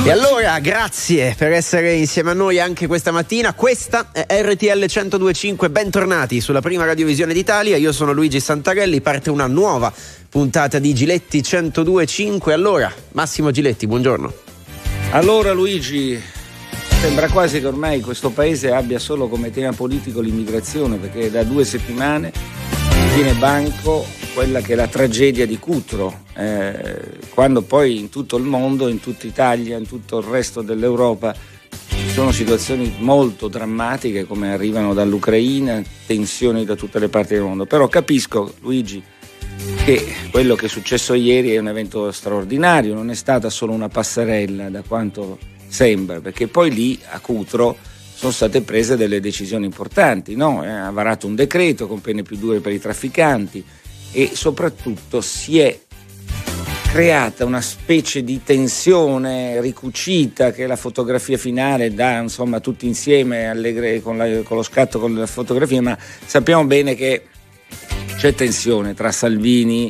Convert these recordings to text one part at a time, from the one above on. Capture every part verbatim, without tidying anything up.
E allora grazie per essere insieme a noi anche questa mattina. Questa è R T L centodue e cinque, bentornati sulla prima radiovisione d'Italia. Io sono Luigi Santarelli, parte una nuova puntata di Giletti centodue e cinque. Allora Massimo Giletti, buongiorno. Allora Luigi, sembra quasi che ormai questo paese abbia solo come tema politico l'immigrazione, perché da due settimane tiene banco quella che è la tragedia di Cutro, eh, quando poi in tutto il mondo, in tutta Italia, in tutto il resto dell'Europa ci sono situazioni molto drammatiche come arrivano dall'Ucraina, tensioni da tutte le parti del mondo. Però capisco, Luigi, che quello che è successo ieri è un evento straordinario, non è stata solo una passerella da quanto sembra, perché poi lì a Cutro sono state prese delle decisioni importanti, no? Eh, ha varato un decreto con pene più dure per i trafficanti e soprattutto si è creata una specie di tensione ricucita che la fotografia finale dà, insomma, tutti insieme allegre, con, la, con lo scatto con la fotografia, ma sappiamo bene che c'è tensione tra Salvini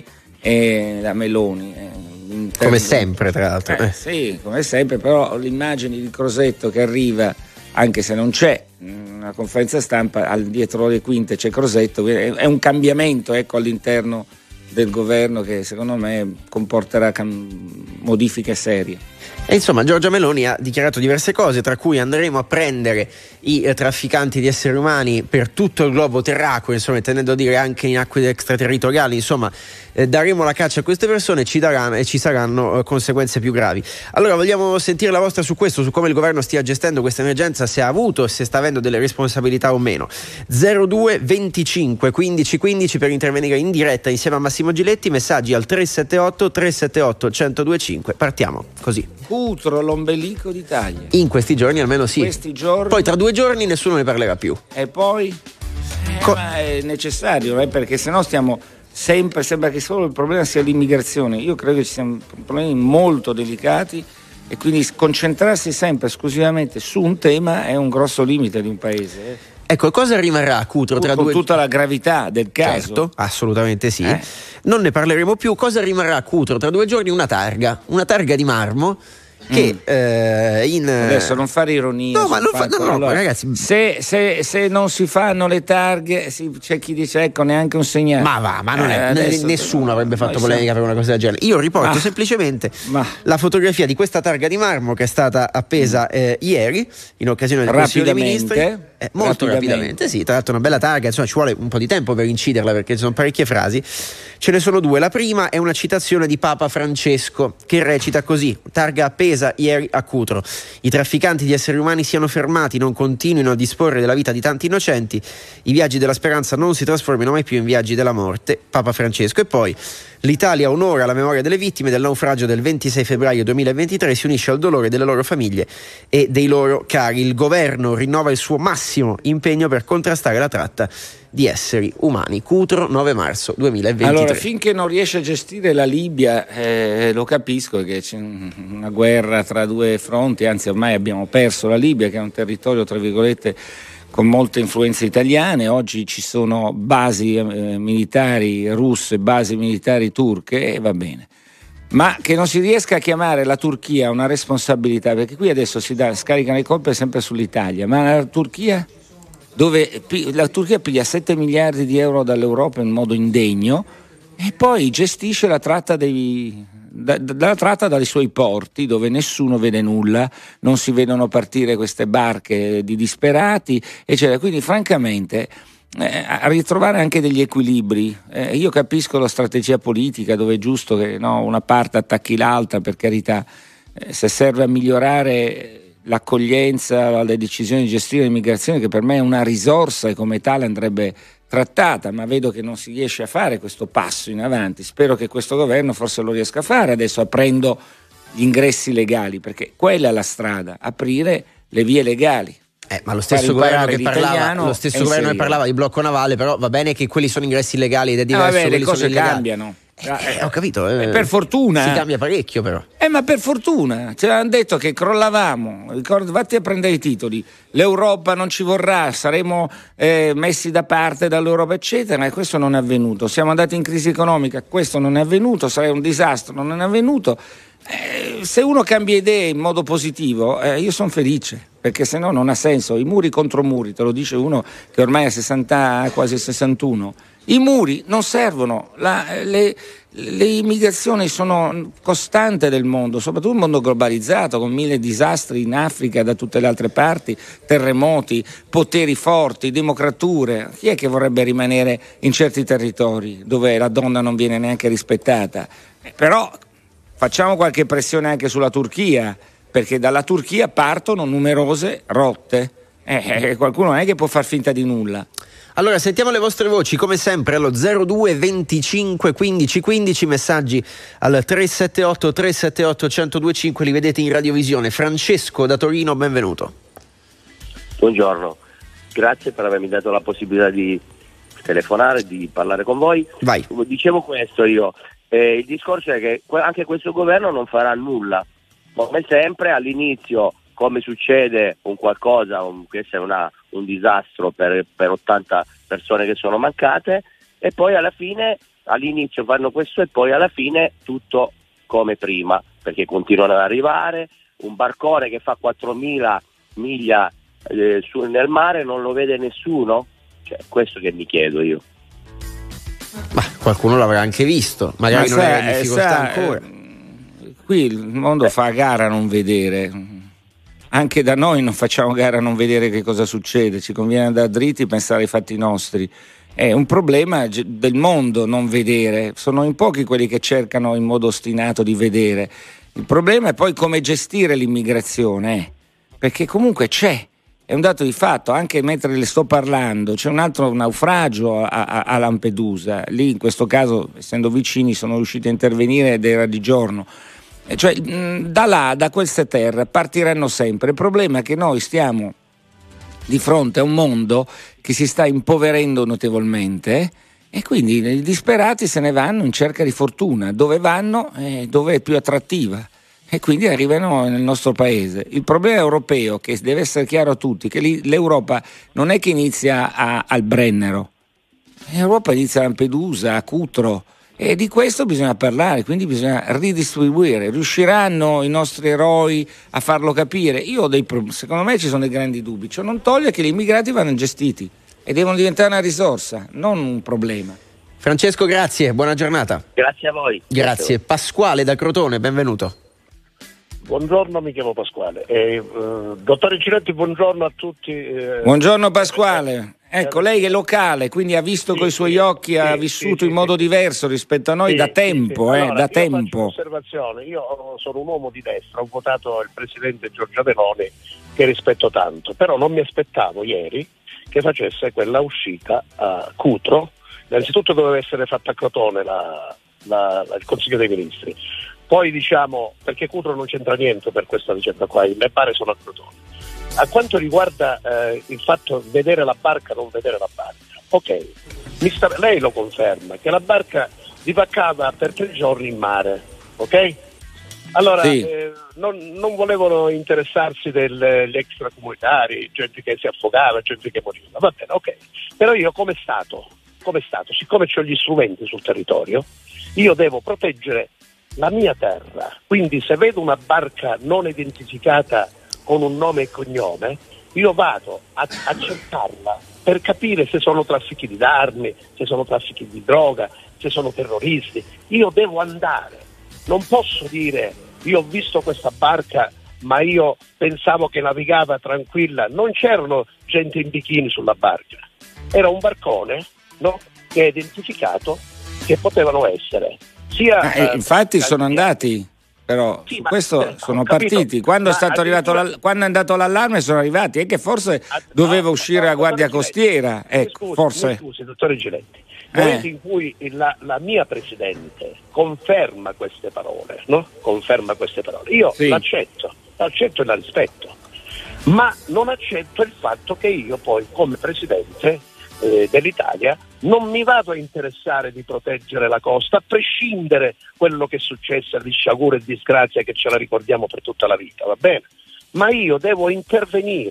e la Meloni. Eh, come sempre, tra l'altro. Eh, sì, come sempre, però l'immagine di Crosetto che arriva, anche se non c'è una conferenza stampa, al dietro le quinte c'è Crosetto, è un cambiamento, ecco, all'interno del governo che secondo me comporterà cam- modifiche serie. E insomma Giorgia Meloni ha dichiarato diverse cose, tra cui andremo a prendere i eh, trafficanti di esseri umani per tutto il globo terracqueo, insomma, intendendo dire anche in acque extraterritoriali, insomma eh, daremo la caccia a queste persone e ci daranno e ci saranno eh, conseguenze più gravi. Allora vogliamo sentire la vostra su questo, su come il governo stia gestendo questa emergenza, se ha avuto, se sta avendo delle responsabilità o meno. zero due venticinque quindici quindici per intervenire in diretta insieme a Massimo Giletti, messaggi al tre sette otto tre sette otto uno zero due cinque. Partiamo così. Cutro, l'ombelico d'Italia. In questi giorni almeno sì. Questi giorni. Poi tra due giorni nessuno ne parlerà più. E poi? Eh, Co- ma è necessario, eh, perché sennò stiamo sempre, sembra che solo il problema sia l'immigrazione. Io credo che ci siano problemi molto delicati e quindi concentrarsi sempre esclusivamente su un tema è un grosso limite di un paese. Eh. Ecco, cosa rimarrà a Cutro tra con due... tutta la gravità del caso? Certo, assolutamente sì. Eh? Non ne parleremo più. Cosa rimarrà a Cutro tra due giorni? Una targa, una targa di marmo che mm. eh, in adesso non fare ironia. No, ma non fa... no, no, allora, ragazzi, se, se, se non si fanno le targhe, si, c'è chi dice ecco neanche un segnale. Ma va, ma non è, eh, adesso, nessuno avrebbe fatto polemica siamo... per una cosa del genere. Io riporto ah, semplicemente ma... la fotografia di questa targa di marmo che è stata appesa eh, ieri in occasione del Consiglio dei Ministri. Eh, molto rapidamente. rapidamente, sì. Tra l'altro una bella targa, insomma ci vuole un po' di tempo per inciderla perché ci sono parecchie frasi. Ce ne sono due. La prima è una citazione di Papa Francesco che recita così: targa appesa ieri a Cutro. I trafficanti di esseri umani siano fermati, non continuino a disporre della vita di tanti innocenti. I viaggi della speranza non si trasformino mai più in viaggi della morte. Papa Francesco. E poi l'Italia onora la memoria delle vittime del naufragio del ventisei febbraio duemilaventitré, si unisce al dolore delle loro famiglie e dei loro cari. Il governo rinnova il suo massimo impegno per contrastare la tratta di esseri umani. Cutro, nove marzo duemilaventitré. Allora, finché non riesce a gestire la Libia, eh, lo capisco che c'è una guerra tra due fronti, anzi ormai abbiamo perso la Libia, che è un territorio tra virgolette con molte influenze italiane. Oggi ci sono basi eh, militari russe, basi militari turche e va bene. Ma che non si riesca a chiamare la Turchia una responsabilità, perché qui adesso si dà, scaricano le colpe sempre sull'Italia, ma la Turchia, dove la Turchia piglia sette miliardi di euro dall'Europa in modo indegno e poi gestisce la tratta dei... Da, dalla tratta dai suoi porti, dove nessuno vede nulla, non si vedono partire queste barche di disperati, eccetera. Quindi francamente eh, a ritrovare anche degli equilibri. Eh, io capisco la strategia politica dove è giusto che no, una parte attacchi l'altra, per carità, eh, se serve a migliorare l'accoglienza, le decisioni di gestire l'immigrazione, che per me è una risorsa e come tale andrebbe trattata, ma vedo che non si riesce a fare questo passo in avanti. Spero che questo governo forse lo riesca a fare adesso, aprendo gli ingressi legali, perché quella è la strada, aprire le vie legali. Eh, ma lo stesso governo che parlava, lo stesso governo che parlava di blocco navale, però va bene che quelli sono ingressi illegali ed è diverso. Ah, vabbè, le cose sono cambiano. Eh, eh, ho capito, eh, per fortuna si cambia parecchio, però. Eh, ma per fortuna ci avevano detto che crollavamo. Ricordo, vatti a prendere i titoli. L'Europa non ci vorrà, saremo eh, messi da parte dall'Europa, eccetera. E questo non è avvenuto. Siamo andati in crisi economica, questo non è avvenuto. Sarà un disastro, non è avvenuto. Eh, se uno cambia idee in modo positivo, eh, io sono felice, perché se no non ha senso. I muri contro muri, te lo dice uno che ormai ha sessanta, quasi sessantuno. I muri non servono, la, le, le immigrazioni sono costante del mondo, soprattutto un mondo globalizzato con mille disastri in Africa, da tutte le altre parti, terremoti, poteri forti, democrature. Chi è che vorrebbe rimanere in certi territori dove la donna non viene neanche rispettata? Eh, però facciamo qualche pressione anche sulla Turchia, perché dalla Turchia partono numerose rotte. Eh, qualcuno non è che può far finta di nulla. Allora sentiamo le vostre voci come sempre allo zero due venticinque quindici quindici, messaggi al tre sette otto tre sette otto uno zero due cinque, li vedete in radiovisione. Francesco da Torino, benvenuto. Buongiorno, grazie per avermi dato la possibilità di telefonare, di parlare con voi. Vai. Dicevo questo io, eh, il discorso è che anche questo governo non farà nulla, come sempre all'inizio, come succede un qualcosa, un, questo è una, un disastro per, per ottanta persone che sono mancate, e poi alla fine, all'inizio fanno questo e poi alla fine tutto come prima, perché continuano ad arrivare, un barcone che fa quattromila miglia eh, su, nel mare non lo vede nessuno, cioè questo che mi chiedo io. Ma qualcuno l'avrà anche visto, magari Ma non sa, è in difficoltà sa, ancora. Eh, qui il mondo eh. fa gara a non vedere. Anche da noi non facciamo gara a non vedere che cosa succede, ci conviene andare dritti e pensare ai fatti nostri. È un problema del mondo non vedere, sono in pochi quelli che cercano in modo ostinato di vedere. Il problema è poi come gestire l'immigrazione, eh? Perché comunque c'è, è un dato di fatto, anche mentre le sto parlando c'è un altro naufragio a, a, a Lampedusa, lì in questo caso essendo vicini sono riusciti a intervenire ed era di giorno. Cioè, da là, da queste terre partiranno sempre. Il problema è che noi stiamo di fronte a un mondo che si sta impoverendo notevolmente e quindi i disperati se ne vanno in cerca di fortuna. Dove vanno? Eh, dove è più attrattiva. E quindi arrivano nel nostro paese. Il problema europeo, che deve essere chiaro a tutti, che l'Europa non è che inizia a, al Brennero. L'Europa inizia a Lampedusa, a Cutro. E di questo bisogna parlare, quindi bisogna ridistribuire. Riusciranno i nostri eroi a farlo capire? Io ho dei problemi, secondo me ci sono dei grandi dubbi. Ciò non toglie che gli immigrati vanno gestiti e devono diventare una risorsa, non un problema. Francesco, grazie, buona giornata. Grazie a voi. Grazie. Pasquale da Crotone, benvenuto. Buongiorno, mi chiamo Pasquale. Eh, uh, dottore Giletti, buongiorno a tutti. Eh, buongiorno Pasquale. Ecco, lei è locale, quindi ha visto sì, coi suoi sì, occhi, ha sì, vissuto sì, in modo sì. diverso rispetto a noi sì, da tempo, sì, sì. Eh, allora, da io tempo. Osservazione. Io sono un uomo di destra, ho votato il presidente Giorgia Meloni, che rispetto tanto, però non mi aspettavo ieri che facesse quella uscita a Cutro. Innanzitutto doveva essere fatta a Crotone la, la, la, il Consiglio dei Ministri. Poi diciamo, perché Cutro non c'entra niente per questa vicenda qua, le pare sono a Crotone. A quanto riguarda eh, il fatto di vedere la barca, non vedere la barca, ok, mi sta, lei lo conferma, che la barca divaccava per tre giorni in mare, ok? Allora, sì. eh, non, non volevano interessarsi degli extracomunitari, gente che si affogava, gente che moriva, va bene, ok. Però io come Stato, come Stato, siccome ho gli strumenti sul territorio, io devo proteggere la mia terra, quindi se vedo una barca non identificata con un nome e cognome, io vado a, a cercarla per capire se sono traffici di armi, se sono traffici di droga, se sono terroristi. Io devo andare, non posso dire io ho visto questa barca ma io pensavo che navigava tranquilla, non c'erano gente in bikini sulla barca, era un barcone, no? Che è identificato, che potevano essere sia eh, eh, infatti sono andati. Però sì, su questo ma, sono partiti. Quando è stato arrivato la, quando è andato l'allarme sono arrivati, e che forse a, doveva no, uscire no, la Guardia Costiera. Ecco, scusi, forse. Scusi, dottore Giletti. Nel momento eh. in cui la, la mia Presidente conferma queste parole, no? Conferma queste parole, io sì. l'accetto, l'accetto e la rispetto. Ma non accetto il fatto che io poi, come Presidente eh, dell'Italia, non mi vado a interessare di proteggere la costa, a prescindere quello che è successo di sciagura e disgrazia che ce la ricordiamo per tutta la vita, va bene? Ma io devo intervenire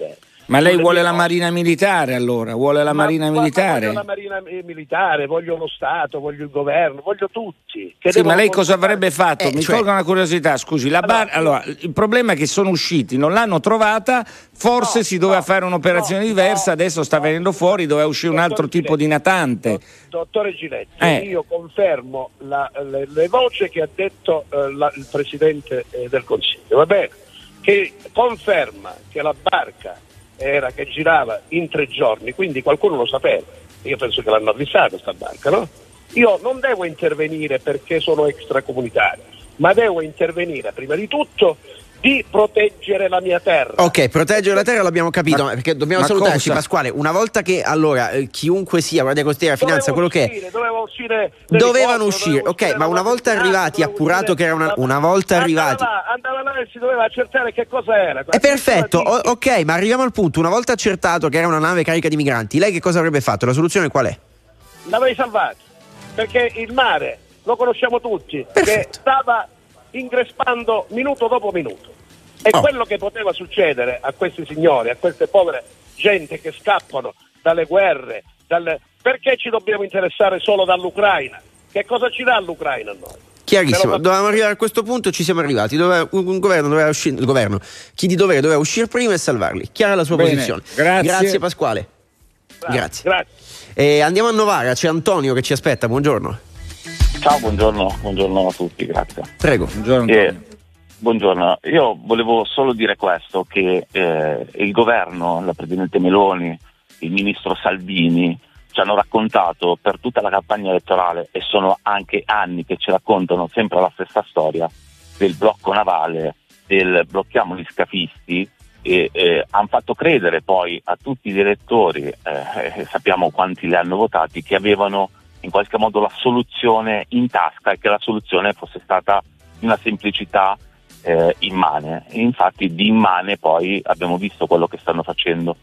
Ma lei vuole la Marina Militare allora? Vuole la ma, Marina ma, Militare? Voglio la Marina Militare, voglio lo Stato, voglio il governo, voglio tutti. Che sì, ma lei cosa avrebbe fatto? Eh, Mi cioè... tolga una curiosità, scusi. La bar... allora, il problema è che sono usciti, non l'hanno trovata, forse no, si doveva no, fare un'operazione no, diversa, no, adesso sta no, venendo fuori, doveva uscire un altro Giletti, tipo di natante. Dottore Giletti, eh. io confermo la, le, le voci che ha detto eh, la, il Presidente eh, del Consiglio, va bene? Che conferma che la barca era che girava in tre giorni, quindi qualcuno lo sapeva. Io penso che l'hanno avvisata sta banca, no? Io non devo intervenire perché sono extracomunitario, ma devo intervenire prima di tutto di proteggere la mia terra. Ok, proteggere la terra l'abbiamo capito, ma, perché dobbiamo salutarci, cosa? Pasquale. Una volta che allora eh, chiunque sia, Guardia Costiera, Finanza, quello uscire, che è, doveva uscire dovevano uscire, ok, uscire, ma una volta arrivati, appurato che era una, una volta arrivati, andava là e si doveva accertare che cosa era. È perfetto, o, ok, ma arriviamo al punto. Una volta accertato che era una nave carica di migranti, lei che cosa avrebbe fatto? La soluzione qual è? L'avrei salvato, perché il mare lo conosciamo tutti, perfetto, che stava ingrespando minuto dopo minuto. E oh. quello che poteva succedere a questi signori, a queste povere gente che scappano dalle guerre, dalle... perché ci dobbiamo interessare solo dall'Ucraina? Che cosa ci dà l'Ucraina a noi? Chiarissimo, Però... dovevamo arrivare a questo punto, ci siamo arrivati. Doveva, un governo doveva uscire, il governo, chi di dovere doveva uscire prima e salvarli. Chiara la sua Bene, posizione. Grazie. Grazie Pasquale. Grazie. Grazie. grazie. E andiamo a Novara, c'è Antonio che ci aspetta, buongiorno. Ciao, buongiorno, buongiorno a tutti, grazie. Prego. Buongiorno. Eh, buongiorno, io volevo solo dire questo, che eh, il governo, la Presidente Meloni, il Ministro Salvini ci hanno raccontato per tutta la campagna elettorale, e sono anche anni che ci raccontano sempre la stessa storia, del blocco navale, del blocchiamo gli scafisti, e eh, hanno fatto credere poi a tutti gli elettori, eh, sappiamo quanti li hanno votati, che avevano in qualche modo la soluzione in tasca e che la soluzione fosse stata di una semplicità eh, immane. E infatti di immane poi abbiamo visto quello che stanno facendo.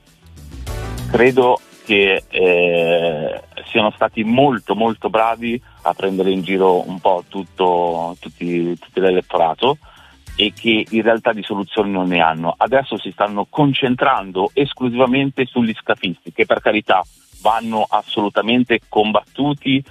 Credo che eh, siano stati molto molto bravi a prendere in giro un po' tutto, tutti, tutto l'elettorato, e che in realtà di soluzioni non ne hanno. Adesso si stanno concentrando esclusivamente sugli scafisti, che per carità vanno assolutamente combattuti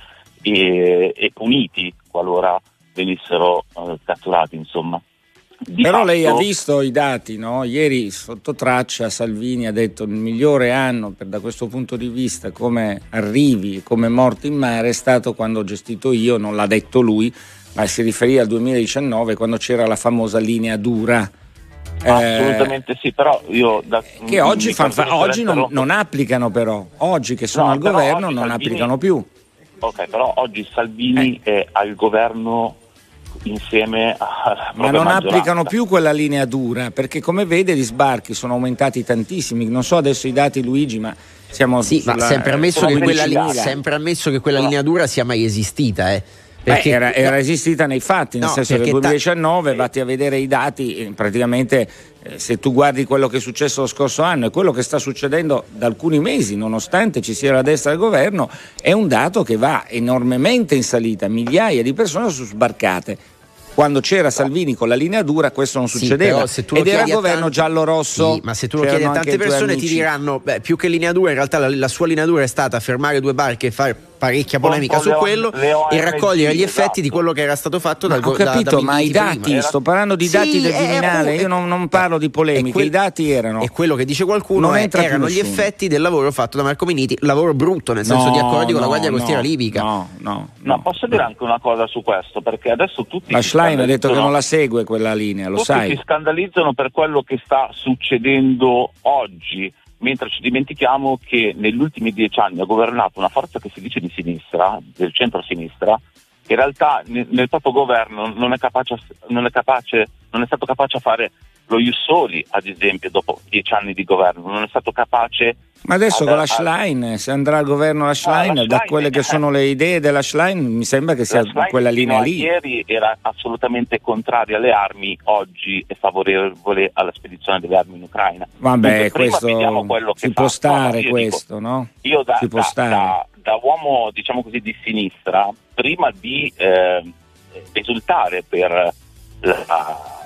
e, e puniti qualora venissero eh, catturati, insomma. Di Però fatto... lei ha visto i dati, no? Ieri sotto traccia Salvini ha detto il migliore anno per, da questo punto di vista come arrivi, come morti in mare è stato quando ho gestito io, non l'ha detto lui, ma si riferì al duemiladiciannove quando c'era la famosa linea dura. Assolutamente eh, sì, però io da, che oggi, fan, fa, oggi non, non applicano, però oggi che sono no, al governo non Salvini, applicano più. Ok, però oggi Salvini eh. è al governo insieme a ma non applicano più quella linea dura, perché come vede gli sbarchi sono aumentati tantissimi. Non so adesso i dati, Luigi, ma siamo sì, sulla, ma sempre ammesso, che quella, li, sempre ammesso che quella no. linea dura sia mai esistita, eh. Perché Beh, era, era esistita nei fatti, nel no, senso che nel duemiladiciannove ta- vatti a vedere i dati, praticamente eh, se tu guardi quello che è successo lo scorso anno e quello che sta succedendo da alcuni mesi, nonostante ci sia la destra al governo, è un dato che va enormemente in salita, migliaia di persone sono sbarcate. Quando c'era Salvini con la linea dura questo non succedeva, sì, ed era il governo tanti... giallo-rosso. Sì, ma se tu lo chiedi a tante persone ti diranno beh, più che linea dura in realtà la, la sua linea dura è stata fermare due barche e fare parecchia polemica su quello e raccogliere gli effetti esatto. di quello che era stato fatto dal governo. Ho capito, da, da ma i dati, prima. sto parlando di dati sì, del Viminale, io non, non parlo di polemiche, quel, i dati erano. E quello che dice qualcuno è, erano gli effetti del lavoro fatto da Marco Minniti, lavoro brutto, nel senso no, di accordi no, con la Guardia Costiera no, libica. No, no, no. No, posso dire anche una cosa su questo, perché adesso tutti la Schlein ha detto che non la segue quella linea, lo tutti sai. Tutti si scandalizzano per quello che sta succedendo oggi, mentre ci dimentichiamo che negli ultimi dieci anni ha governato una forza che si dice di sinistra, del centro-sinistra, che in realtà nel, nel proprio governo non è capace, non è capace, non è stato capace a fare lo Ius Soli, ad esempio, dopo dieci anni di governo, non è stato capace. Ma adesso ad, con la Schlein, se andrà al governo la Schlein, ah, la da Schlein, quelle che sono le idee della Schlein, mi sembra che sia quella linea lì. Ieri era assolutamente contraria alle armi, oggi è favorevole alla spedizione delle armi in Ucraina. Vabbè, Dunque, questo quello che si può fa. stare, no, questo, dico, no? Io da, si può da, stare. Da, da uomo, diciamo così, di sinistra, prima di eh, esultare per la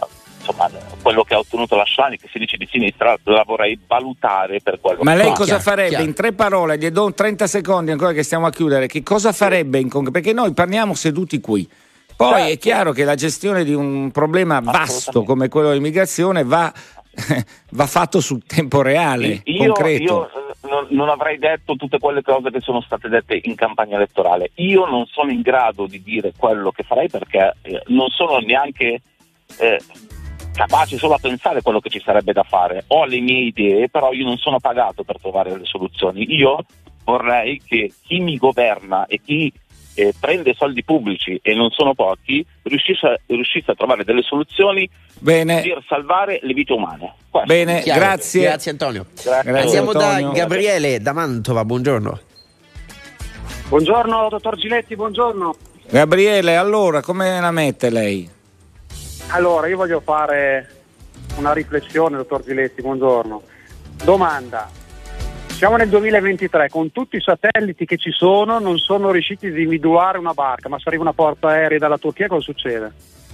insomma, quello che ha ottenuto la Schlein, che si dice di sinistra, la vorrei valutare per quello. Ma lei fa. cosa farebbe? Chiaro. In tre parole, gli do trenta secondi ancora che stiamo a chiudere, che cosa farebbe in concreto? Perché noi parliamo seduti qui. Poi certo. È chiaro che la gestione di un problema vasto come quello dell'immigrazione va, va fatto sul tempo reale, io, concreto. Io non, non avrei detto tutte quelle cose che sono state dette in campagna elettorale. Io non sono in grado di dire quello che farei perché eh, non sono neanche eh, capace solo a pensare quello che ci sarebbe da fare. Ho le mie idee, però io non sono pagato per trovare le soluzioni. Io vorrei che chi mi governa e chi eh, prende soldi pubblici, e non sono pochi, riuscisse a, riuscisse a trovare delle soluzioni Bene. per salvare le vite umane. Questo. Bene, Chiaro. grazie. Grazie Antonio. Grazie. Andiamo Antonio. da Gabriele da Mantova, buongiorno. Buongiorno dottor Giletti, buongiorno. Gabriele, allora, come la mette lei? Allora, io voglio fare una riflessione, dottor Giletti, buongiorno. Domanda: siamo nel duemilaventitré, con tutti i satelliti che ci sono non sono riusciti ad individuare una barca, ma se arriva una portaerei dalla Turchia cosa succede?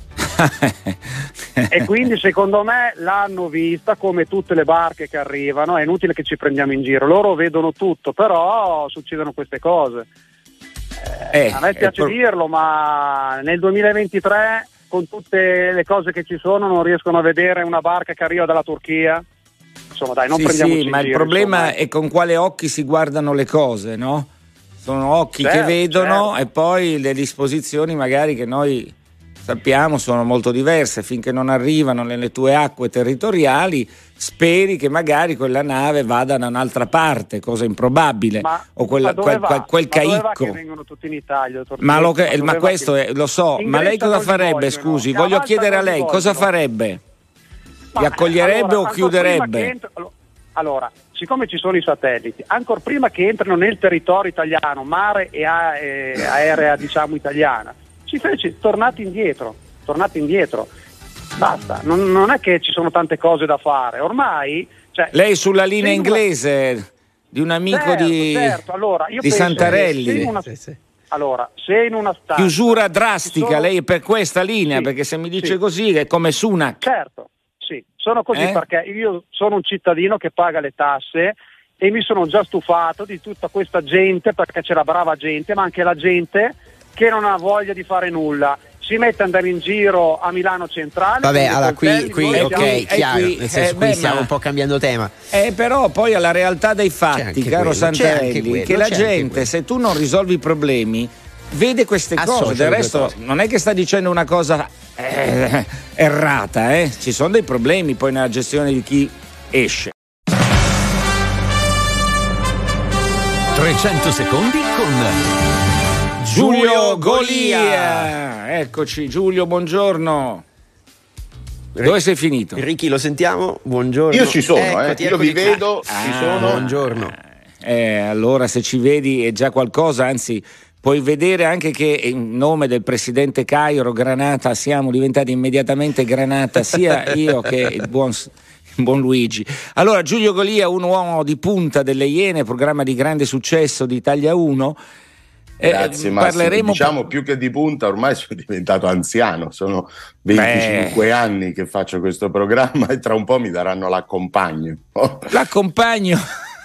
E quindi secondo me l'hanno vista come tutte le barche che arrivano, è inutile che ci prendiamo in giro, loro vedono tutto, però succedono queste cose. Eh, Eh, a me piace pro- dirlo, ma nel duemilaventitré con tutte le cose che ci sono non riescono a vedere una barca che arriva dalla Turchia. Insomma, dai, non sì, prendiamoci sì, in ma il giro, problema insomma. è con quale occhi si guardano le cose, no? Sono occhi Certo, che vedono certo. e poi le disposizioni magari che noi sappiamo sono molto diverse. Finché non arrivano nelle tue acque territoriali speri che magari quella nave vada da un'altra parte, cosa improbabile, Ma, o quella, ma dove quel, va? quel, quel Ma dove va caicco. che vengono tutti in Italia, dottor Ma, lo Giletti? che- Ma ma dove va questo che- è, lo so, In ma lei Grecia cosa non li farebbe? vogliono, Scusi, che a voglio Malta chiedere a non li lei cosa vogliono. farebbe? Ma, Li accoglierebbe allora, o ancor chiuderebbe? prima che entr- allora, siccome ci sono i satelliti, ancora prima che entrino nel territorio italiano, mare e, a- e aerea diciamo italiana, ci fece tornati indietro, tornati indietro. Basta, non, non è che ci sono tante cose da fare, ormai... Cioè, Lei sulla linea se in una- inglese di un amico Certo, di, certo. Allora, io di penso che Santarelli. se in una- Sì, sì. Allora, se in una stanza... Chiusura ci drastica, sono- lei è per questa linea, Sì, perché se mi dice sì. così è come Sunak. Certo, sì, sono così Eh? perché io sono un cittadino che paga le tasse e mi sono già stufato di tutta questa gente, perché c'è la brava gente, ma anche la gente che non ha voglia di fare nulla. Si mette ad andare in giro a Milano Centrale. Vabbè, con i allora qui, coltelli, qui noi ok, siamo- e chiaro, qui- nel senso eh, qui beh, stiamo ma- un po' cambiando tema. Eh, però poi alla realtà dei C'è fatti, anche caro quello, c'è anche Santarelli, quello, che la c'è anche gente, quello. se tu non risolvi i problemi, vede queste Associa cose. le Del due resto cose. non è che sta dicendo una cosa eh, errata, eh. Ci sono dei problemi poi nella gestione di chi esce. trecento secondi con Giulio Golia. Eccoci, Giulio, buongiorno. Dove sei finito? Ricky, lo sentiamo? Buongiorno. Io ci sono, Eccoti, eh. Io eccoti vi qua. vedo, ci Ah, sono. Buongiorno. Eh, allora se ci vedi è già qualcosa, anzi puoi vedere anche che in nome del presidente Cairo Granata siamo diventati immediatamente Granata, sia io che il buon, il buon Luigi. Allora, Giulio Golia, un uomo di punta delle Iene, programma di grande successo di Italia uno. Eh, Grazie Massimo, parleremo diciamo più che di punta ormai sono diventato anziano, sono venticinque Beh. anni che faccio questo programma e tra un po' mi daranno l'accompagno. l'accompagno.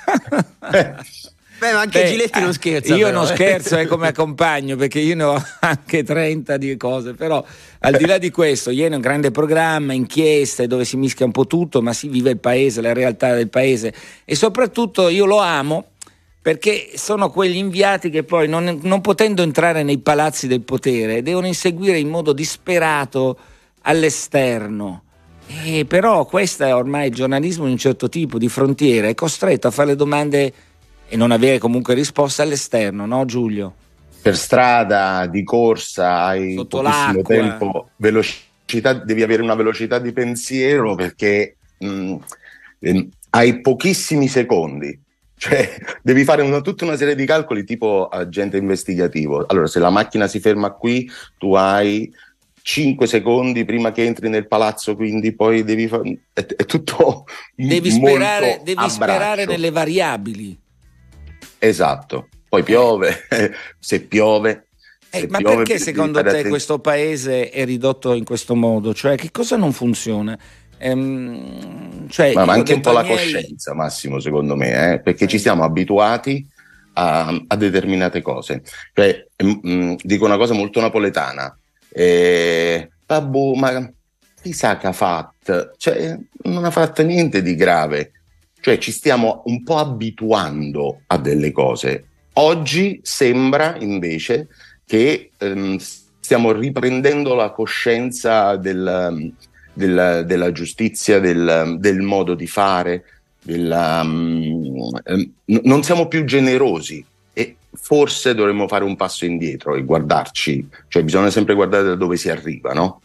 Beh, ma anche Beh, Giletti non scherza. Io però, non eh. scherzo, è come accompagno, perché io ne ho anche trenta di cose, però al di là di questo, ieri è un grande programma, inchieste dove si mischia un po' tutto, ma si vive il paese, la realtà del paese, e soprattutto io lo amo perché sono quegli inviati che poi non, non potendo entrare nei palazzi del potere devono inseguire in modo disperato all'esterno. E però questo è ormai il giornalismo di un certo tipo, di frontiera, è costretto a fare le domande e non avere comunque risposta all'esterno, no Giulio? Per strada, di corsa, hai Sotto pochissimo l'acqua. tempo, velocità, devi avere una velocità di pensiero perché mh, ehm, hai pochissimi secondi. Cioè, devi fare una, tutta una serie di calcoli tipo agente investigativo. Allora, se la macchina si ferma qui, tu hai cinque secondi prima che entri nel palazzo, quindi poi devi fare. È, è tutto. Devi molto sperare, devi a sperare braccio. nelle variabili. Esatto. Poi piove, se piove, Eh, ma perché secondo te attenti. Questo paese è ridotto in questo modo? Cioè, che cosa non funziona? Ehm, cioè, ma, ma anche un po' la miei... coscienza, Massimo, secondo me, eh? perché sì. ci siamo abituati a, a determinate cose. Cioè, mh, dico una cosa molto napoletana. Eh, babbo, ma chissà che ha fatto? Cioè, non ha fatto niente di grave. Cioè, ci stiamo un po' abituando a delle cose. Oggi sembra invece che ehm, stiamo riprendendo la coscienza del, del, della giustizia, del, del modo di fare, della, um, ehm, non siamo più generosi e forse dovremmo fare un passo indietro e guardarci, cioè bisogna sempre guardare da dove si arriva, no?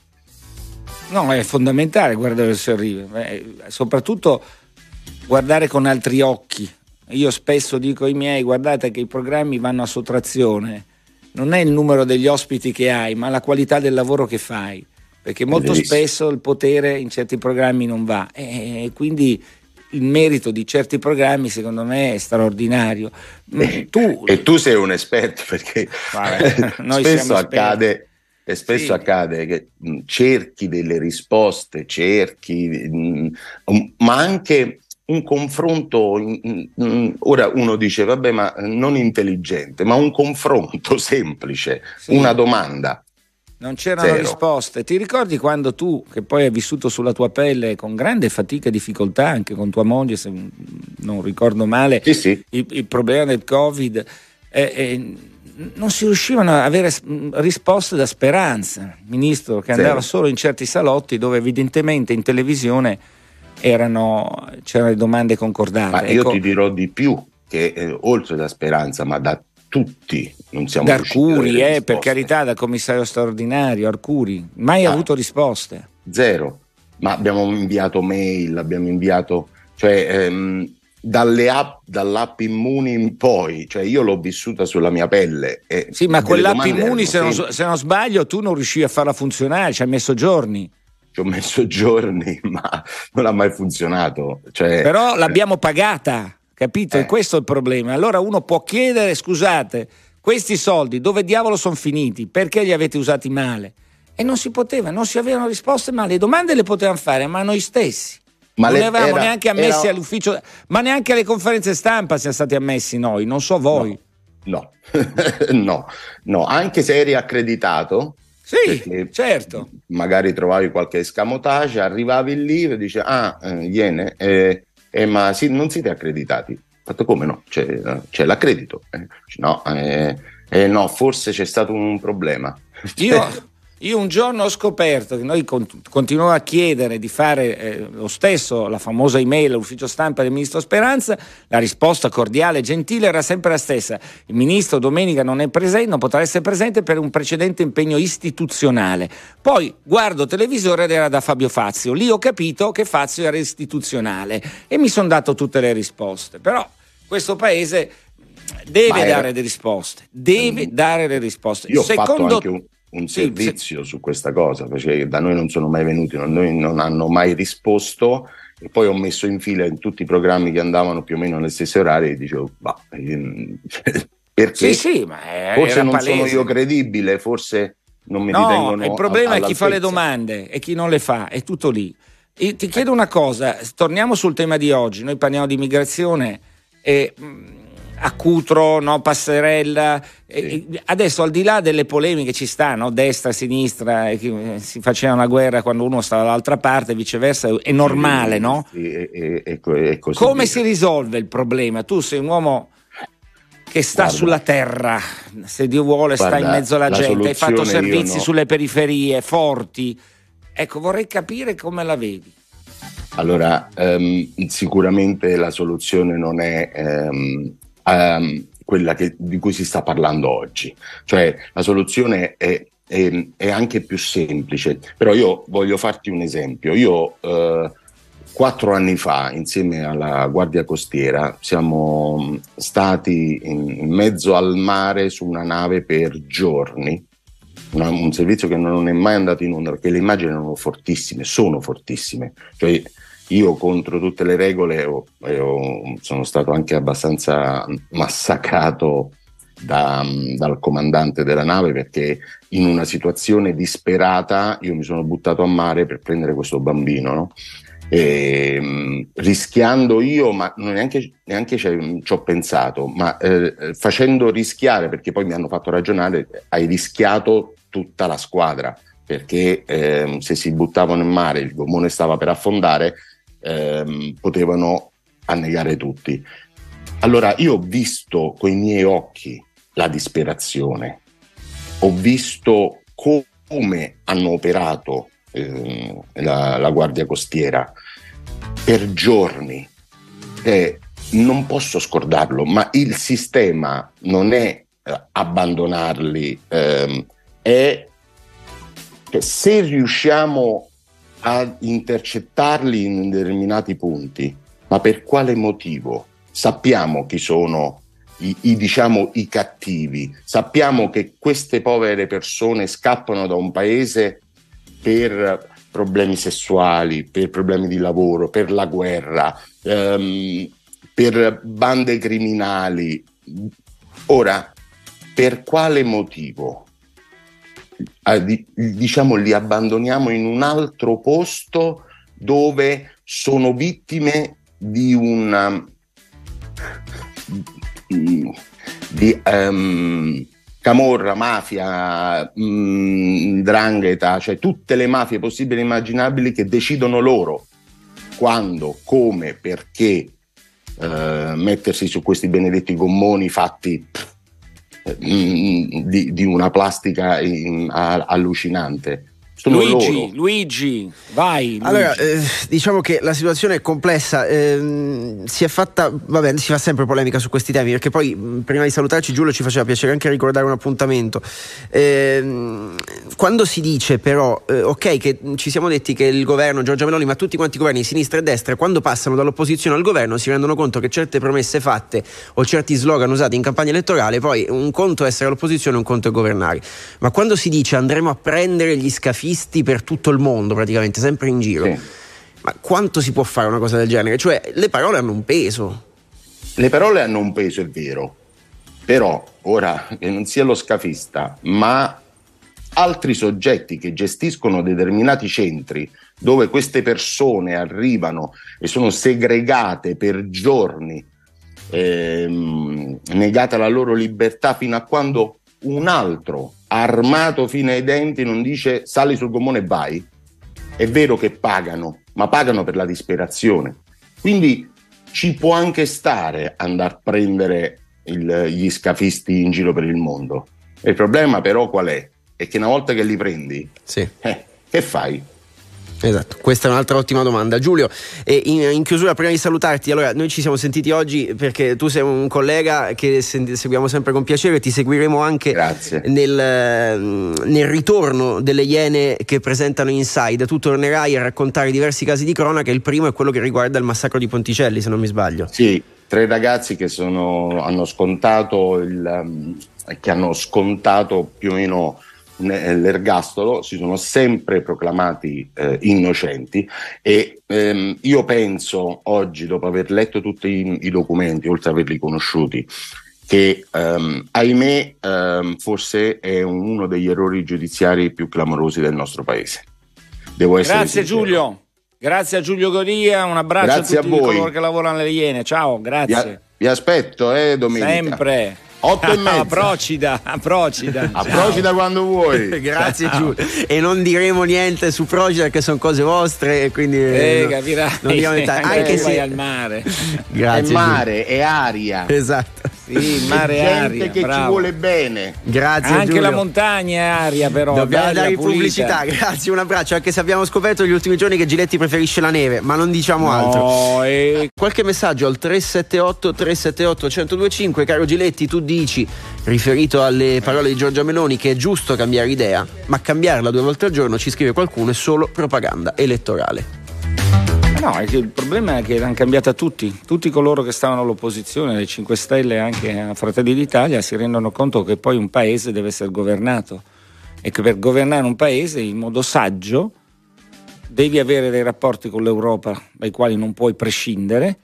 No, è fondamentale guardare dove si arriva, eh, soprattutto guardare con altri occhi. Io spesso dico ai miei: guardate che i programmi vanno a sottrazione, non è il numero degli ospiti che hai, ma la qualità del lavoro che fai, perché molto spesso il potere in certi programmi non va, e quindi il merito di certi programmi secondo me è straordinario. E tu, e tu sei un esperto, perché Vabbè, noi spesso accade e spesso sì. accade che mh, cerchi delle risposte, cerchi mh, um, ma anche un confronto, mh, mh, ora uno dice vabbè, ma non intelligente, ma un confronto semplice, sì. una domanda. Non c'erano Zero. risposte. Ti ricordi quando tu, che poi hai vissuto sulla tua pelle con grande fatica e difficoltà, anche con tua moglie, se non ricordo male, sì, sì. Il, il problema del Covid, eh, eh, non si riuscivano ad avere risposte da Speranza, ministro, che andava Zero. solo in certi salotti dove evidentemente in televisione erano, c'erano le domande concordate. Ma io ecco, ti dirò di più, che eh, oltre da Speranza, ma da tutti non siamo da riusciti Arcuri, a avere eh, per carità, dal commissario straordinario Arcuri, mai ah, avuto risposte. Zero. Ma abbiamo inviato mail, abbiamo inviato, cioè ehm, dalle app, dall'app Immuni in poi, cioè io l'ho vissuta sulla mia pelle. E sì, ma quell'app Immuni, se non, se non sbaglio, tu non riuscivi a farla funzionare, ci hai messo giorni. Ci ho messo giorni, ma non ha mai funzionato. Cioè, però l'abbiamo pagata. Capito? Eh. E questo è il problema. Allora uno può chiedere: scusate, questi soldi dove diavolo sono finiti? Perché li avete usati male? E non si poteva, non si avevano risposte, ma le domande le potevamo fare, ma noi stessi. Ma non le avevamo era, neanche ammessi era... all'ufficio, ma neanche alle conferenze stampa siamo stati ammessi noi, non so voi. No, no, no, no. Anche se eri accreditato. Sì, certo. Magari trovavi qualche escamotage, arrivavi lì e dici: ah, eh, viene, eh, Eh, ma sì, non siete accreditati. Fatto come no? C'è, c'è l'accredito. Eh, no, eh, eh, no, forse c'è stato un problema. Io, io un giorno ho scoperto che noi cont- continuavamo a chiedere di fare eh, lo stesso, la famosa email all'ufficio stampa del ministro Speranza, la risposta cordiale e gentile era sempre la stessa: il ministro domenica non è presente, non potrà essere presente per un precedente impegno istituzionale. Poi guardo televisore ed era da Fabio Fazio, lì ho capito che Fazio era istituzionale e mi sono dato tutte le risposte. Però questo paese deve era... dare le risposte, deve mm. dare le risposte. Io ho Secondo... fatto anche un un sì, servizio sì. su questa cosa, perché da noi non sono mai venuti, non, noi non hanno mai risposto, e poi ho messo in fila in tutti i programmi che andavano più o meno alle stesse orarie e dicevo, bah, perché sì, sì, ma è, forse non palese. sono io credibile, forse non mi no, ritengono. Il problema è chi fa le domande e chi non le fa, è tutto lì. E ti chiedo una cosa, torniamo sul tema di oggi, noi parliamo di immigrazione e a Cutro, no, Passerella, sì. e adesso al di là delle polemiche ci stanno, destra, sinistra, e si faceva una guerra quando uno stava dall'altra parte, viceversa, è normale, no? Sì, è, è, è, è così. Come via. si risolve il problema? Tu sei un uomo che sta guarda, sulla terra, se Dio vuole guarda, sta in mezzo alla gente, hai fatto servizi no. sulle periferie, forti, ecco, vorrei capire come la vedi. Allora, um, sicuramente la soluzione non è um, Um, quella che, di cui si sta parlando oggi, cioè la soluzione è, è, è anche più semplice, però io voglio farti un esempio. Io uh, quattro anni fa insieme alla Guardia Costiera siamo stati in, in mezzo al mare su una nave per giorni, una, un servizio che non è mai andato in onda perché le immagini erano fortissime, sono fortissime, cioè io contro tutte le regole ho, ho, sono stato anche abbastanza massacrato da, dal comandante della nave, perché in una situazione disperata io mi sono buttato a mare per prendere questo bambino, no? E, mh, rischiando io, ma non neanche, neanche ci ho pensato, ma eh, facendo rischiare, perché poi mi hanno fatto ragionare, hai rischiato tutta la squadra, perché eh, se si buttavano in mare, il gommone stava per affondare, eh, potevano annegare tutti. Allora io ho visto coi miei occhi la disperazione, ho visto come hanno operato eh, la, la Guardia Costiera per giorni, eh, non posso scordarlo, ma il sistema non è eh, abbandonarli, eh, è che se riusciamo a intercettarli in determinati punti, ma per quale motivo? Sappiamo chi sono i, i, diciamo, i cattivi, sappiamo che queste povere persone scappano da un paese per problemi sessuali, per problemi di lavoro, per la guerra, ehm, per bande criminali. Ora, per quale motivo? Eh, diciamo, li abbandoniamo in un altro posto dove sono vittime di una di um, camorra, mafia, um, 'ndrangheta, cioè tutte le mafie possibili e immaginabili che decidono loro quando, come, perché uh, mettersi su questi benedetti gommoni fatti pff, di, di una plastica in, a, allucinante. Sono Luigi, loro. Luigi, vai. Luigi. Allora, eh, diciamo che la situazione è complessa, eh, si è fatta, vabbè, si fa sempre polemica su questi temi, perché poi prima di salutarci Giulio ci faceva piacere anche ricordare un appuntamento. Eh, quando si dice però, eh, ok, che ci siamo detti che il governo, Giorgia Meloni, ma tutti quanti i governi di sinistra e destra, quando passano dall'opposizione al governo si rendono conto che certe promesse fatte o certi slogan usati in campagna elettorale, poi un conto è essere all'opposizione, un conto è governare. Ma quando si dice andremo a prendere gli scafisti per tutto il mondo, praticamente sempre in giro, sì. Ma quanto si può fare una cosa del genere? Cioè, le parole hanno un peso. Le parole hanno un peso, è vero, però ora che non sia lo scafista, ma altri soggetti che gestiscono determinati centri dove queste persone arrivano e sono segregate per giorni, ehm, negata la loro libertà fino a quando un altro armato fino ai denti non dice sali sul gommone e vai. È vero che pagano, ma pagano per la disperazione, quindi ci può anche stare andare a prendere il, gli scafisti in giro per il mondo. Il problema però qual è? È che una volta che li prendi, sì. eh, che fai? Esatto, questa è un'altra ottima domanda. Giulio, e in, in chiusura, prima di salutarti, allora noi ci siamo sentiti oggi perché tu sei un collega che se, seguiamo sempre con piacere, ti seguiremo anche nel, nel ritorno delle Iene che presentano Inside. Tu tornerai a raccontare diversi casi di cronaca, il primo è quello che riguarda il massacro di Ponticelli, se non mi sbaglio. Sì, tre ragazzi che sono, hanno scontato il, che hanno scontato più o meno l'ergastolo, si sono sempre proclamati eh, innocenti e ehm, io penso oggi, dopo aver letto tutti i, i documenti, oltre ad averli conosciuti, che ehm, ahimè ehm, forse è un, uno degli errori giudiziari più clamorosi del nostro paese. Devo essere grazie sincero. Giulio, grazie a Giulio Goria, un abbraccio grazie a tutti a voi. coloro che lavorano alle Iene, ciao, grazie. Vi, a, vi aspetto, eh, domenica. Sempre. Otto e mezza. A Procida, a Procida. A Procida quando vuoi. Grazie Giulio. E non diremo niente su Procida perché sono cose vostre e quindi eh, no, capirai. Non anche, anche se al mare. Grazie. È mare, è aria. Esatto. Sì, mare e aria. Gente che bravo. ci vuole bene. Grazie anche Giulio. La montagna è aria però. Dobbiamo bella, dare pulita. pubblicità. Grazie, un abbraccio. Anche se abbiamo scoperto negli ultimi giorni che Giletti preferisce la neve, ma non diciamo no, altro. E... Qualche messaggio al tre sette otto tre sette otto uno zero due cinque. Caro Giletti, tu dici, riferito alle parole di Giorgia Meloni, che è giusto cambiare idea, ma cambiarla due volte al giorno, ci scrive qualcuno, è solo propaganda elettorale. No, è che il problema è che l'hanno cambiata tutti, tutti coloro che stavano all'opposizione, le cinque Stelle e anche a Fratelli d'Italia, si rendono conto che poi un paese deve essere governato e che per governare un paese in modo saggio devi avere dei rapporti con l'Europa dai quali non puoi prescindere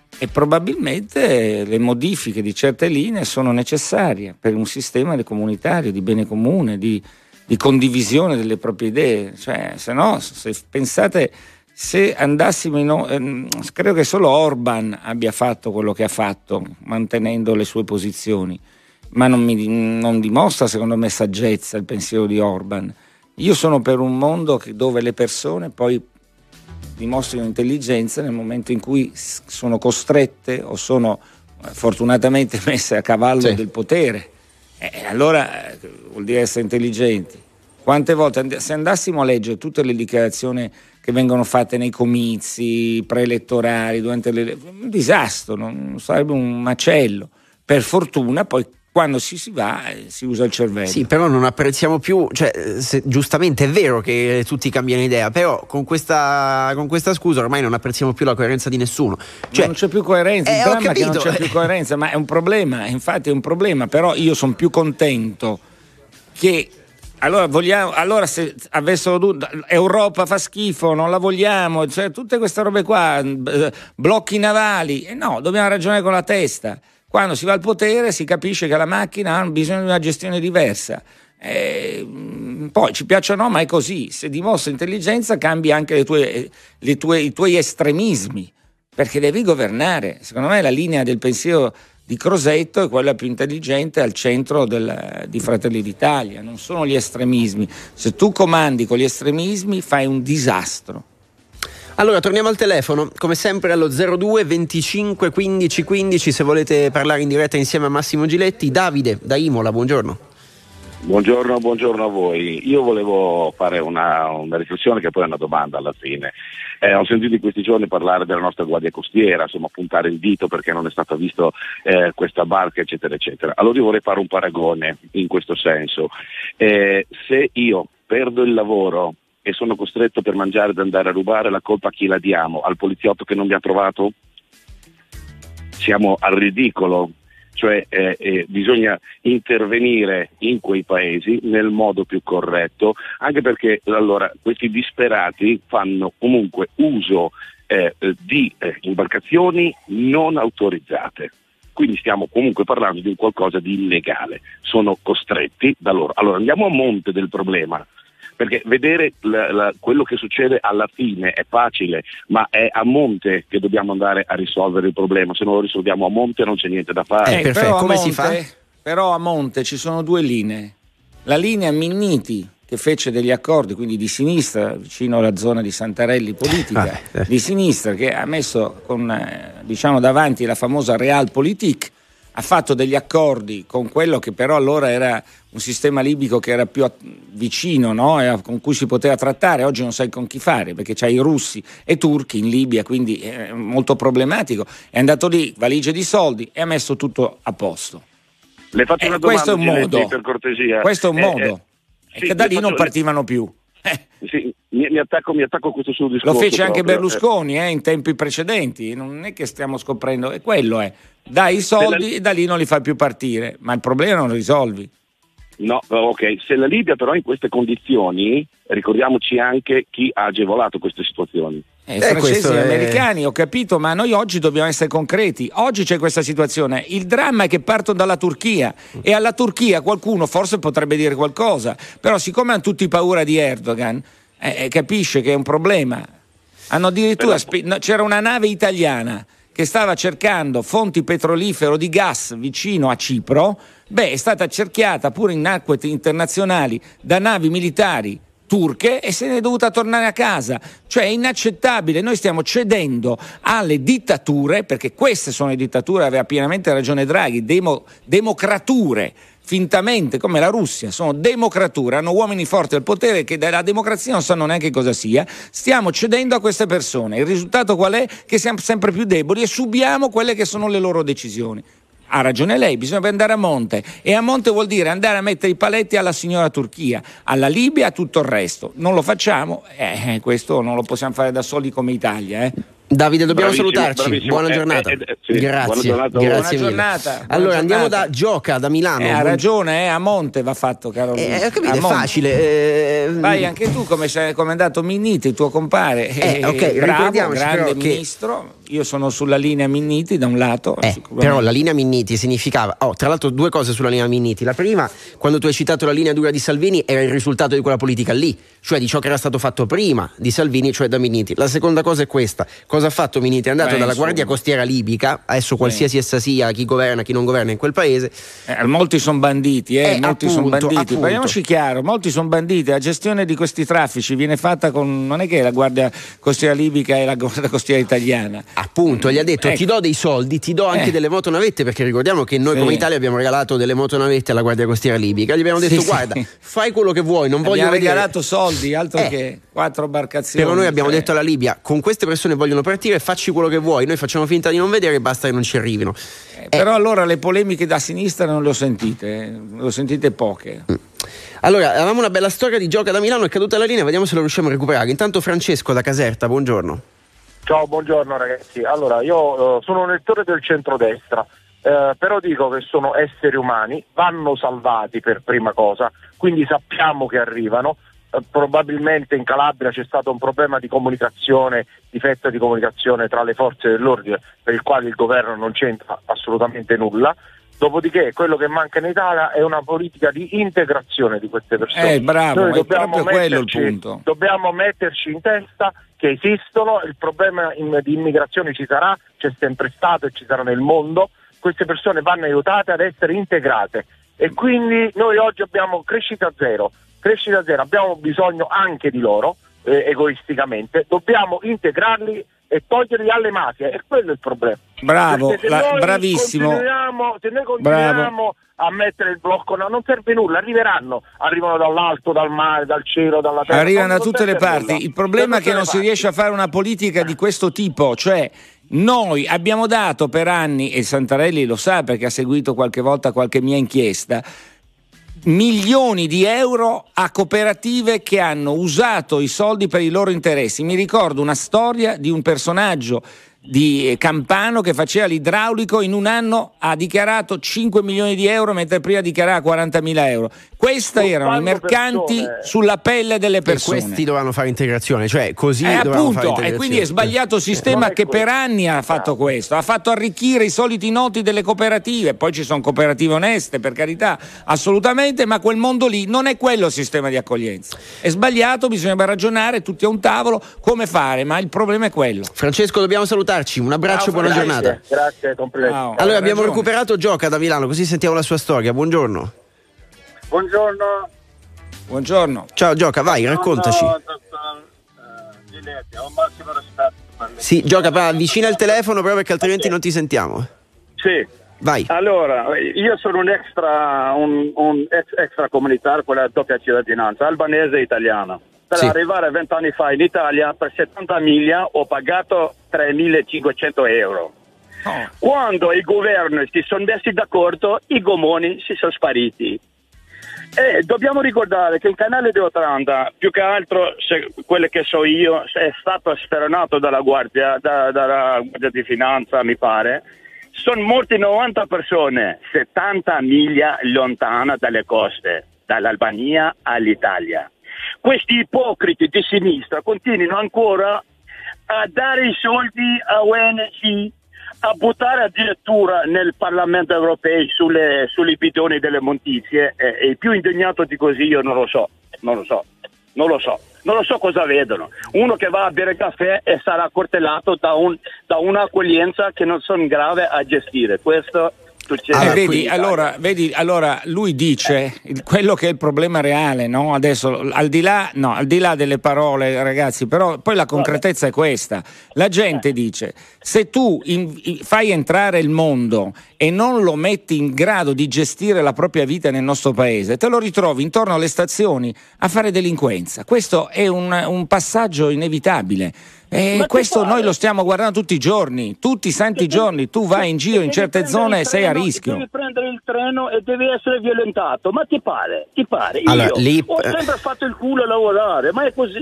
e probabilmente le modifiche di certe linee sono necessarie per un sistema comunitario di bene comune, di, di condivisione delle proprie idee. Cioè, se no, se pensate, se andassimo in, ehm, credo che solo Orban abbia fatto quello che ha fatto, mantenendo le sue posizioni, ma non, mi, non dimostra secondo me saggezza il pensiero di Orban. Io sono per un mondo che, dove le persone poi dimostrino intelligenza nel momento in cui sono costrette o sono fortunatamente messe a cavallo sì. del potere. E allora eh, vuol dire essere intelligenti. Quante volte, se andassimo a leggere tutte le dichiarazioni che vengono fatte nei comizi preelettorali, durante le, un disastro, non sarebbe un macello. Per fortuna poi quando si, si va eh, si usa il cervello. Sì, però non apprezziamo più, cioè se, giustamente è vero che tutti cambiano idea, però con questa, con questa scusa ormai non apprezziamo più la coerenza di nessuno. Cioè, non c'è più coerenza, eh, il dramma è che non c'è più coerenza, ma è un problema, infatti è un problema, però io sono più contento che allora vogliamo, allora se avessero dovuto, Europa fa schifo, non la vogliamo, cioè tutte queste robe qua, blocchi navali, e eh no, dobbiamo ragionare con la testa. Quando si va al potere si capisce che la macchina ha bisogno di una gestione diversa. E poi ci piaccia o no, ma è così. Se dimostri intelligenza cambi anche le tue, le tue, i tuoi estremismi, perché devi governare. Secondo me la linea del pensiero di Crosetto è quella più intelligente al centro del, di Fratelli d'Italia. Non sono gli estremismi. Se tu comandi con gli estremismi fai un disastro. Allora torniamo al telefono, come sempre allo zero due venticinque quindici quindici se volete parlare in diretta insieme a Massimo Giletti. Davide da Imola, buongiorno. Buongiorno, buongiorno a voi. Io volevo fare una, una riflessione che poi è una domanda alla fine. Eh, ho sentito in questi giorni parlare della nostra Guardia Costiera, insomma puntare il dito perché non è stata vista eh, questa barca eccetera eccetera. Allora io vorrei fare un paragone in questo senso. Eh, se io perdo il lavoro e sono costretto per mangiare ad andare a rubare, la colpa a chi la diamo? Al poliziotto che non mi ha trovato? Siamo al ridicolo, cioè eh, eh, bisogna intervenire in quei paesi nel modo più corretto, anche perché allora questi disperati fanno comunque uso eh, di eh, imbarcazioni non autorizzate. Quindi stiamo comunque parlando di un qualcosa di illegale, sono costretti da loro. Allora andiamo a monte del problema. Perché vedere la, la, quello che succede alla fine è facile, ma è a monte che dobbiamo andare a risolvere il problema. Se non lo risolviamo a monte non c'è niente da fare. Eh, perfetto, come monte, si fa? Però a monte ci sono due linee. La linea Minniti, che fece degli accordi, quindi di sinistra, vicino alla zona di Santarelli politica, ah, eh. di sinistra, che ha messo con, eh, diciamo davanti la famosa Realpolitik, ha fatto degli accordi con quello che però allora era un sistema libico che era più a, vicino, no? E con cui si poteva trattare. Oggi non sai con chi fare, perché c'hai i russi e i turchi in Libia, quindi è molto problematico. È andato lì, valigie di soldi, e ha messo tutto a posto. Le faccio eh, una questo domanda, è un modo, per cortesia. Questo è un eh, modo. Eh, e sì, che da lì faccio, non partivano più. Eh. Sì, mi, mi, attacco, mi attacco a questo suo discorso. Lo fece anche proprio. Berlusconi eh, in tempi precedenti, non è che stiamo scoprendo, è quello è. Dai i soldi la... e da lì non li fai più partire, ma il problema non lo risolvi. No, ok, se la Libia però in queste condizioni, ricordiamoci anche chi ha agevolato queste situazioni. Eh, francesi e americani, ho capito, ma noi oggi dobbiamo essere concreti. Oggi c'è questa situazione. Il dramma è che partono dalla Turchia e alla Turchia qualcuno forse potrebbe dire qualcosa, però siccome hanno tutti paura di Erdogan, eh, capisce che è un problema. Hanno addirittura spe... no, c'era una nave italiana che stava cercando fonti petrolifere di gas vicino a Cipro. Beh, è stata cerchiata pure in acque internazionali da navi militari turche e se ne è dovuta tornare a casa. Cioè è inaccettabile, noi stiamo cedendo alle dittature, perché queste sono le dittature, aveva pienamente ragione Draghi, demo, democrature, fintamente, come la Russia, sono democrature, hanno uomini forti al potere che della democrazia non sanno neanche cosa sia. Stiamo cedendo a queste persone, il risultato qual è? Che siamo sempre più deboli e subiamo quelle che sono le loro decisioni. Ha ragione lei, bisogna andare a monte, e a monte vuol dire andare a mettere i paletti alla signora Turchia, alla Libia, a tutto il resto. Non lo facciamo, eh, questo non lo possiamo fare da soli come Italia, eh. Davide, dobbiamo bravissimo, salutarci. Bravissimo. Buona giornata. Eh, eh, sì, grazie. Buona giornata. Grazie buona mille. giornata. Buona allora giornata. Andiamo da Gioca, da Milano. Eh, ha ragione, eh, a monte va fatto, caro. Eh, ho capito, è facile. Eh, Vai anche tu, come sei, come è andato Minniti, il tuo compare. Eh, ok, bravo, ricordiamoci grande però che ministro. io sono sulla linea Minniti da un lato, eh, però la linea Minniti significava, oh, tra l'altro due cose sulla linea Minniti. La prima, quando tu hai citato la linea dura di Salvini, era il risultato di quella politica lì, cioè di ciò che era stato fatto prima di Salvini, cioè da Minniti. La seconda cosa è questa: cosa ha fatto Minniti? È andato Beh, dalla insomma. Guardia Costiera libica, adesso qualsiasi sì. essa sia, chi governa, chi non governa in quel paese. Eh, molti sono banditi, eh, eh molti sono banditi. Parliamoci chiaro, molti sono banditi. La gestione di questi traffici viene fatta con, non è che la Guardia Costiera libica e la Guardia Costiera italiana. Appunto, gli ha detto: ecco. ti do dei soldi, ti do anche eh. delle motonavette, perché ricordiamo che noi sì. come Italia abbiamo regalato delle motonavette alla Guardia Costiera libica. Gli abbiamo detto: sì, guarda, sì. fai quello che vuoi, non voglio vedere. regalato soldi, altro eh. che quattro imbarcazioni. Però noi abbiamo cioè. detto alla Libia: con queste persone vogliono partire, facci quello che vuoi, noi facciamo finta di non vedere e basta che non ci arrivino. Eh, eh. Però allora le polemiche da sinistra non le ho sentite, eh. le ho sentite poche. Mm. Allora, avevamo una bella storia di Gioca da Milano, è caduta la linea, vediamo se lo riusciamo a recuperare. Intanto Francesco da Caserta, buongiorno. Ciao, buongiorno ragazzi. Allora, io uh, sono un elettore del centrodestra, uh, però dico che sono esseri umani, vanno salvati per prima cosa, quindi sappiamo che arrivano. Uh, probabilmente in Calabria c'è stato un problema di comunicazione, difetto di comunicazione tra le forze dell'ordine, per il quale il governo non c'entra assolutamente nulla. Dopodiché quello che manca in Italia è una politica di integrazione di queste persone. Eh, bravo, Noi dobbiamo è proprio quello il punto. Dobbiamo metterci in testa che esistono, il problema in, di immigrazione ci sarà, c'è sempre stato e ci sarà nel mondo. Queste persone vanno aiutate ad essere integrate e quindi noi oggi abbiamo crescita zero, crescita zero, abbiamo bisogno anche di loro, eh, egoisticamente, dobbiamo integrarli e toglierli alle mafie, e quello è il problema. Bravo, la, bravissimo. Se noi continuiamo a mettere il blocco, no, non serve nulla, arriveranno, arrivano dall'alto, dal mare, dal cielo, dalla terra. Arrivano da tutte le parti. Nulla. Il problema è che non si riesce a fare una politica di questo tipo, cioè noi abbiamo dato per anni, e Santarelli lo sa perché ha seguito qualche volta qualche mia inchiesta, milioni di euro a cooperative che hanno usato i soldi per i loro interessi. Mi ricordo una storia di un personaggio di Campano che faceva l'idraulico, in un anno ha dichiarato cinque milioni di euro mentre prima dichiarava quarantamila euro. Questi erano i mercanti persone. Sulla pelle delle persone. E questi dovevano fare integrazione, cioè così eh, dovevano appunto, fare e quindi è sbagliato il sistema che per anni ha fatto questo, ha fatto arricchire i soliti noti delle cooperative. Poi ci sono cooperative oneste, per carità, assolutamente, ma quel mondo lì non è quello il sistema di accoglienza. È sbagliato, bisogna ragionare tutti a un tavolo come fare, ma il problema è quello. Francesco, dobbiamo salutarci. Un abbraccio, Ciao, buona grazie, giornata. Grazie, complimenti. Wow. Allora abbiamo ragione. recuperato Gioca da Milano, così sentiamo la sua storia. Buongiorno. Buongiorno. Buongiorno. Ciao Gioca, vai, Buongiorno, raccontaci. dottor uh, Giletti, ho un massimo rispetto per lei. Sì, Gioca, va, avvicina il telefono proprio perché altrimenti sì. non ti sentiamo. Sì. Vai. Allora, io sono un extra un, un ex extracomunitario con la doppia cittadinanza, albanese e italiana. Per sì. arrivare vent'anni fa in Italia, per settanta miglia ho pagato tremilacinquecento euro. Oh. Quando i governi si sono messi d'accordo, i gomoni si sono spariti. E dobbiamo ricordare che il canale di Otranda, più che altro, se, quello che so io, è stato speranato dalla guardia, da, dalla guardia di finanza, mi pare. Sono morti novanta persone, settanta miglia lontana dalle coste, dall'Albania all'Italia. Questi ipocriti di sinistra continuano ancora a dare i soldi a O N G, a buttare addirittura nel Parlamento europeo sulle, sulle bidoni delle montizie, e, e il più indignato di così io non lo so, non lo so, non lo so, non lo so cosa vedono. Uno che va a bere caffè e sarà accortellato da, un, da un'accoglienza che non sono grave a gestire. Questo Ah, vedi, allora, vedi, allora lui dice il, quello che è il problema reale, no? Adesso al di là, no, al di là delle parole, ragazzi, però poi la concretezza è questa. La gente dice: se tu in, in, fai entrare il mondo e non lo metti in grado di gestire la propria vita nel nostro paese, te lo ritrovi intorno alle stazioni a fare delinquenza. Questo è un, un passaggio inevitabile. E questo noi lo stiamo guardando tutti i giorni, tutti i santi giorni. Tu vai in giro in certe zone e sei a rischio. Devi prendere il treno e devi essere violentato. Ma ti pare? Ti pare? Allora, Io lì... ho sempre fatto il culo a lavorare, ma è così.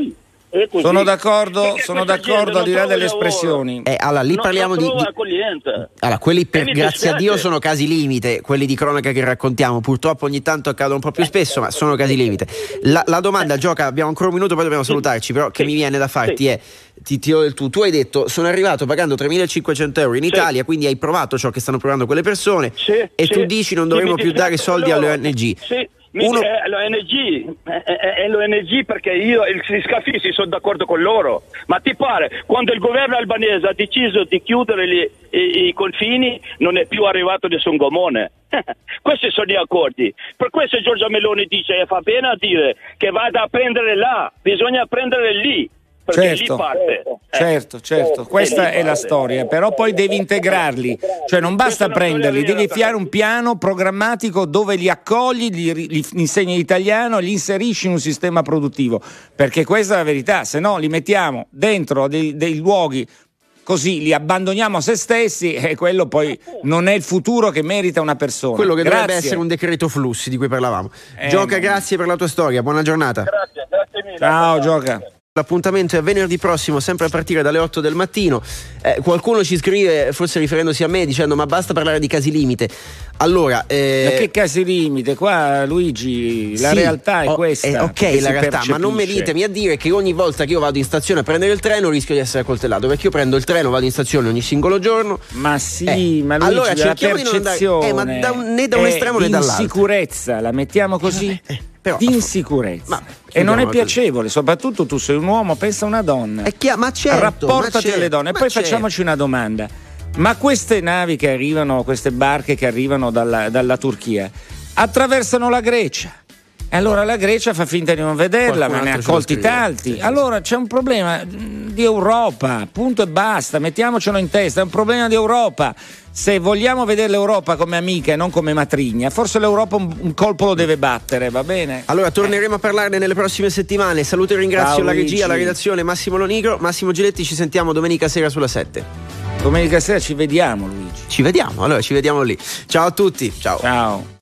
Sono d'accordo, sono d'accordo al di là delle espressioni. Eh, allora, lì parliamo di, di... Allora, quelli per grazie a Dio sono casi limite, quelli di cronaca che raccontiamo. Purtroppo ogni tanto accadono un po' più spesso, ma sono casi limite. La, la domanda, Gioca, abbiamo ancora un minuto, poi dobbiamo salutarci, però che mi viene da farti è, ti, ti do tu, tu hai detto, sono arrivato pagando tremilacinquecento euro in Italia, quindi hai provato ciò che stanno provando quelle persone, e tu dici non dovremmo più dare soldi alle O N G. Sì. Uno... Eh, l'O N G è, è l'O N G perché io e gli scafisti sono d'accordo con loro, ma ti pare quando il governo albanese ha deciso di chiudere gli, i, i confini non è più arrivato nessun gommone. Questi sono gli accordi, per questo Giorgia Meloni dice e fa bene a dire che vada a prendere là, bisogna prendere lì. Certo, lì parte. certo, certo, questa è la storia, però poi devi integrarli, cioè non basta prenderli, devi fare un piano programmatico dove li accogli, gli, gli insegni l'italiano, li inserisci in un sistema produttivo, perché questa è la verità, se no li mettiamo dentro dei, dei luoghi così, li abbandoniamo a se stessi e quello poi non è il futuro che merita una persona. Quello che grazie. Dovrebbe essere un decreto flussi di cui parlavamo. Eh, Gioca, grazie per la tua storia, buona giornata. Grazie, grazie mille. Ciao Gioca. L'appuntamento è venerdì prossimo, sempre a partire dalle otto del mattino. Eh, qualcuno ci scrive, forse riferendosi a me, dicendo ma basta parlare di casi limite. Allora, eh... ma che casi limite? Qua Luigi, la sì, realtà è oh, questa. Eh, ok, la realtà, percepisce. Ma non venitemi a dire che ogni volta che io vado in stazione a prendere il treno rischio di essere accoltellato, perché io prendo il treno, vado in stazione ogni singolo giorno. Ma sì, eh, ma Luigi, allora cerchiamo la di non andare, eh, ma da un, né da un estremo né dall'altro. Insicurezza, la mettiamo così? Eh, però, di insicurezza. Ma, e non è piacevole, soprattutto tu sei un uomo, pensa a una donna. È chiaro, ma certo, rapportati ma certo, alle donne. E poi certo. Facciamoci una domanda. Ma queste navi che arrivano, queste barche che arrivano dalla, dalla Turchia, attraversano la Grecia. E allora la Grecia fa finta di non vederla, ma ne ha accolti tanti. Sì, sì. Allora c'è un problema di Europa, punto e basta, mettiamocelo in testa, è un problema di Europa. Se vogliamo vedere l'Europa come amica e non come matrigna, forse l'Europa un, un colpo lo deve battere, va bene? Allora torneremo a parlarne nelle prossime settimane. Saluto e ringrazio Ciao, la regia, Luigi. La redazione, Massimo Lonigro, Massimo Giletti, ci sentiamo domenica sera sulla sette. Domenica sera ci vediamo, Luigi. Ci vediamo, allora ci vediamo lì. Ciao a tutti, ciao. Ciao.